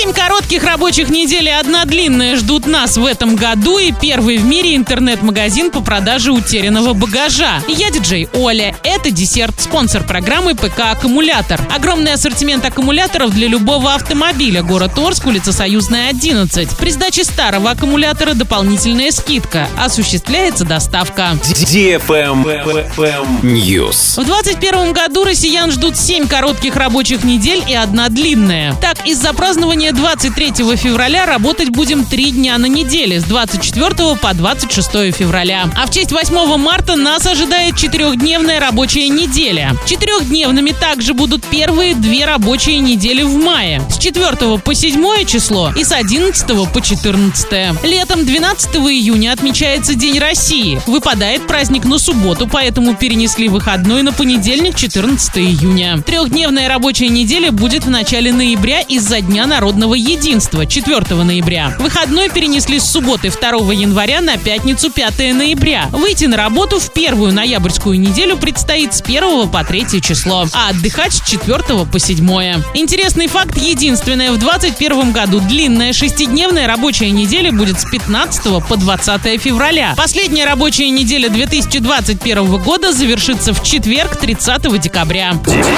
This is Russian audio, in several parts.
7 коротких рабочих недель и 1 длинная ждут нас в этом году, и первый в мире интернет-магазин по продаже утерянного багажа. Я диджей Оля. Это десерт, спонсор программы ПК «Аккумулятор». Огромный ассортимент аккумуляторов для любого автомобиля. Город Орск, улица Союзная, 11. При сдаче старого аккумулятора дополнительная скидка. Осуществляется доставка. News. В 2021 году россиян ждут 7 коротких рабочих недель и 1 длинная. Так, из-за празднования 23 февраля работать будем 3 дня на неделе, с 24 по 26 февраля. А в честь 8 марта нас ожидает 4-дневная рабочая неделя. 4-дневными также будут первые 2 рабочие недели в мае, с 4 по 7 число и с 11 по 14. Летом 12 июня отмечается День России. Выпадает праздник на субботу, поэтому перенесли выходной на понедельник, 14 июня. 3-дневная рабочая неделя будет в начале ноября из-за Дня народного единства, 4 ноября. Выходной перенесли с субботы 2 января на пятницу, 5 ноября. Выйти на работу в первую ноябрьскую неделю предстоит с 1 по 3 число, а отдыхать с 4 по 7. Интересный факт: единственная в 2021 году длинная 6-дневная рабочая неделя будет с 15 по 20 февраля. Последняя рабочая неделя 2021 года завершится в четверг, 30 декабря.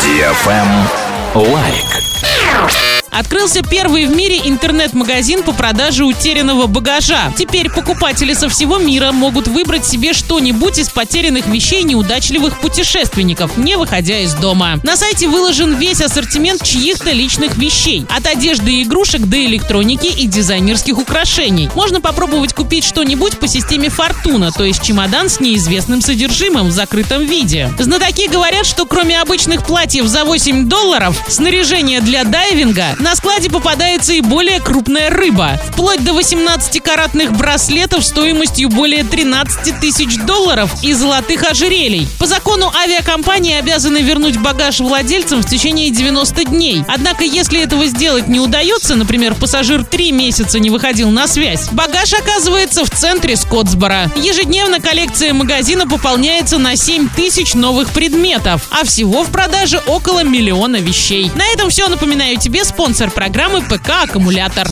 Лайк. Открылся первый в мире интернет-магазин по продаже утерянного багажа. Теперь покупатели со всего мира могут выбрать себе что-нибудь из потерянных вещей неудачливых путешественников, не выходя из дома. На сайте выложен весь ассортимент чьих-то личных вещей. От одежды и игрушек до электроники и дизайнерских украшений. Можно попробовать купить что-нибудь по системе «Фортуна», то есть чемодан с неизвестным содержимым в закрытом виде. Знатоки говорят, что кроме обычных платьев за $8, снаряжения для дайвинга, на складе попадается и более крупная рыба. Вплоть до 18-каратных браслетов стоимостью более $13 тысяч и золотых ожерелий. По закону авиакомпании обязаны вернуть багаж владельцам в течение 90 дней. Однако, если этого сделать не удается, например, пассажир 3 месяца не выходил на связь, багаж оказывается в центре Скоттсборо. Ежедневно коллекция магазина пополняется на 7 тысяч новых предметов, а всего в продаже около 1 миллиона вещей. На этом все. Напоминаю тебе, спонсор программы ПК «Аккумулятор».